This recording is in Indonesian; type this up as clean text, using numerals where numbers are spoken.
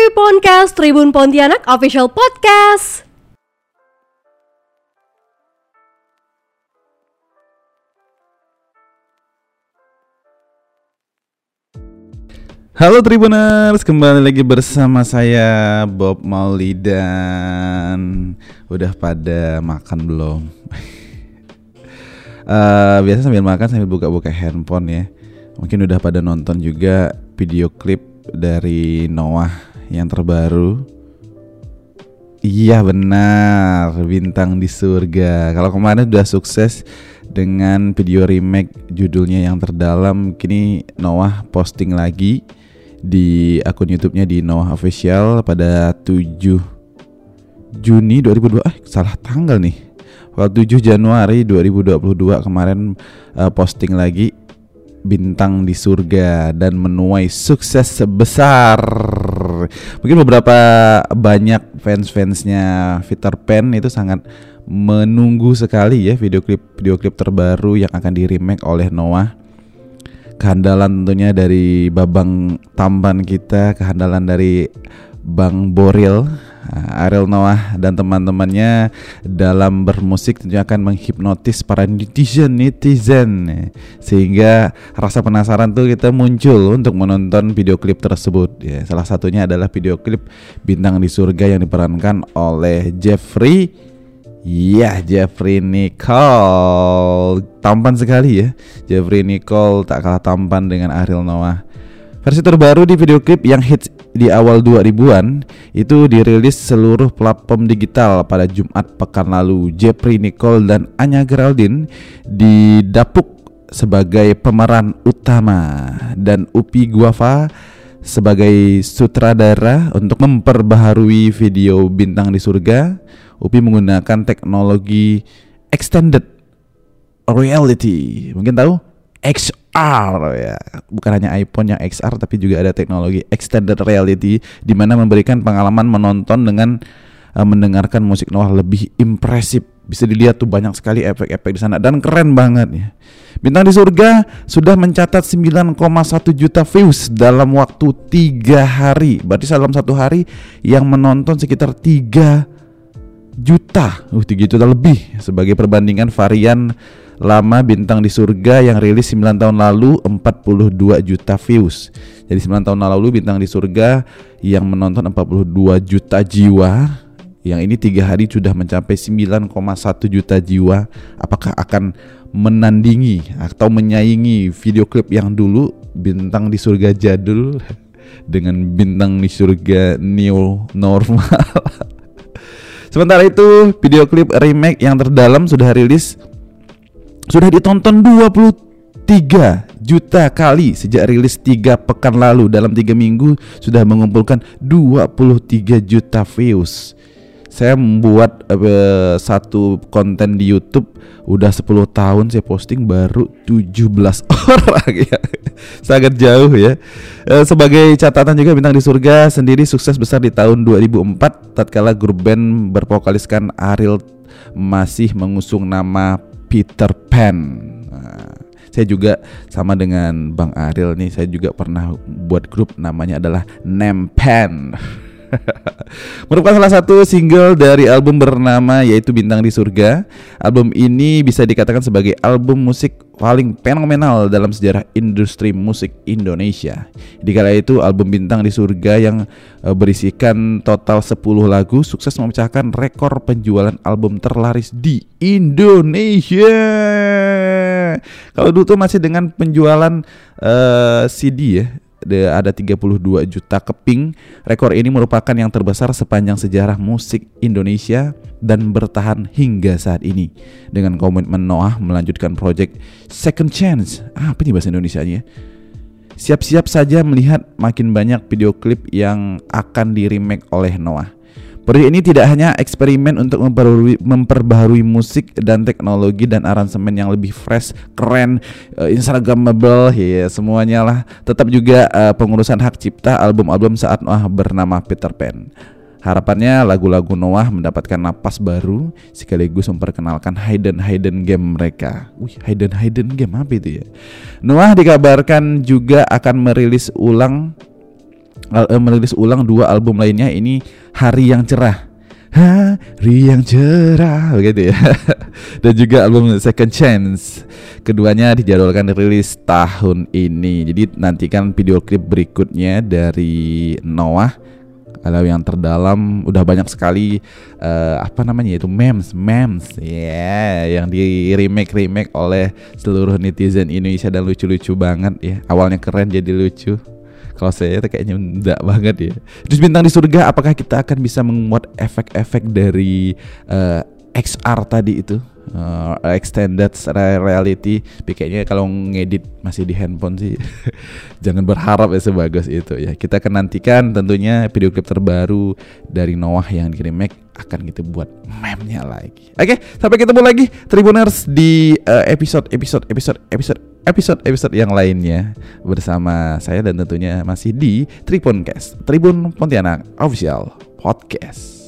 Tribuncast, Tribun Pontianak Official Podcast. Halo Tribuners, kembali lagi bersama saya Bob Maulidan. Udah pada makan belum? Biasa sambil makan sambil buka-buka handphone ya. Mungkin udah pada nonton juga video klip dari Noah yang terbaru. Iya benar, Bintang di Surga. Kalau kemarin udah sukses dengan video remake judulnya Yang Terdalam, kini Noah posting lagi di akun YouTube-nya di Noah Official pada 7 Juni 2022. Salah tanggal nih. Kalau 7 Januari 2022 kemarin posting lagi Bintang di Surga dan menuai sukses sebesar. Mungkin beberapa banyak fans-fansnya Peter Pan itu sangat menunggu sekali ya video klip terbaru yang akan di remake oleh Noah. Kehandalan tentunya dari Babang Tampan kita, kehandalan dari Bang Boril, Ariel Noah dan teman-temannya dalam bermusik tentunya akan menghipnotis para netizen sehingga rasa penasaran tuh kita muncul untuk menonton video klip tersebut ya. Salah satunya adalah video klip Bintang di Surga yang diperankan oleh Jeffrey Nicole. Tampan sekali ya Jeffrey Nicole, tak kalah tampan dengan Ariel Noah. Versi terbaru di video klip yang hits di awal 2000-an itu dirilis seluruh platform digital pada Jumat pekan lalu. Jeffrey Nicole dan Anya Geraldine didapuk sebagai pemeran utama dan Upi Guava sebagai sutradara. Untuk memperbaharui video Bintang di Surga, Upi menggunakan teknologi extended reality. Mungkin tahu XR ya. Bukan hanya iPhone yang XR tapi juga ada teknologi extended reality di mana memberikan pengalaman menonton dengan mendengarkan musik Noah lebih impresif. Bisa dilihat tuh banyak sekali efek-efek di sana dan keren banget ya. Bintang di Surga sudah mencatat 9,1 juta views dalam waktu 3 hari. Berarti dalam satu hari yang menonton sekitar 3 juta. 3 juta lebih sebagai perbandingan varian lama Bintang di Surga yang rilis 9 tahun lalu 42 juta views. Jadi 9 tahun lalu Bintang di Surga yang menonton 42 juta jiwa, yang ini 3 hari sudah mencapai 9,1 juta jiwa. Apakah akan menandingi atau menyaingi video klip yang dulu Bintang di Surga jadul dengan Bintang di Surga new normal? Sementara itu video klip remake Yang Terdalam sudah ditonton 23 juta kali sejak rilis 3 pekan lalu. Dalam 3 minggu sudah mengumpulkan 23 juta views. Saya membuat satu konten di YouTube udah 10 tahun, saya posting baru 17 orang ya. Sangat jauh ya. Sebagai catatan juga Bintang di Surga sendiri sukses besar di tahun 2004 tatkala grup band bervokaliskan Ariel masih mengusung nama Peter Pan. Nah, saya juga sama dengan Bang Ariel nih, saya juga pernah buat grup namanya adalah Nempan. Merupakan salah satu single dari album bernama yaitu Bintang di Surga. Album ini bisa dikatakan sebagai album musik paling fenomenal dalam sejarah industri musik Indonesia. Di kala itu album Bintang di Surga yang berisikan total 10 lagu sukses memecahkan rekor penjualan album terlaris di Indonesia. Kalau dulu tuh masih dengan penjualan CD ya, ada 32 juta keping. Rekor ini merupakan yang terbesar sepanjang sejarah musik Indonesia dan bertahan hingga saat ini. Dengan komitmen Noah melanjutkan proyek Second Chance. Apa nih bahasa Indonesianya? Siap-siap saja melihat makin banyak video klip yang akan di remake oleh Noah. Proyek ini tidak hanya eksperimen untuk memperbaharui musik dan teknologi dan aransemen yang lebih fresh, keren, instagramable, ya semuanya lah. Tetap juga pengurusan hak cipta album-album saat Noah bernama Peter Pan. Harapannya lagu-lagu Noah mendapatkan napas baru sekaligus memperkenalkan hidden game mereka. Hidden game apa itu ya? Noah dikabarkan juga akan merilis ulang merilis ulang 2 album lainnya. Ini Hari Yang Cerah, Hari Yang Cerah begitu ya. Dan juga album Second Chance. Keduanya dijadwalkan rilis tahun ini. Jadi nantikan video klip berikutnya dari Noah, Kalau yang terdalam. Udah banyak sekali itu memes yang di remake oleh seluruh netizen Indonesia dan lucu-lucu banget ya. Awalnya keren jadi lucu. Kalau saya itu kayaknya enggak banget ya. Terus Bintang di Surga, apakah kita akan bisa membuat efek-efek dari XR tadi itu, extended reality? Tapi kayaknya kalau ngedit masih di handphone sih jangan berharap ya sebagus itu ya. Kita akan nantikan tentunya video klip terbaru dari Noah yang di remake, akan kita buat meme-nya lagi. Oke, sampai ketemu lagi Tribuners di episode yang lainnya bersama saya, dan tentunya masih di Tribuncast, Tribun Pontianak Official Podcast.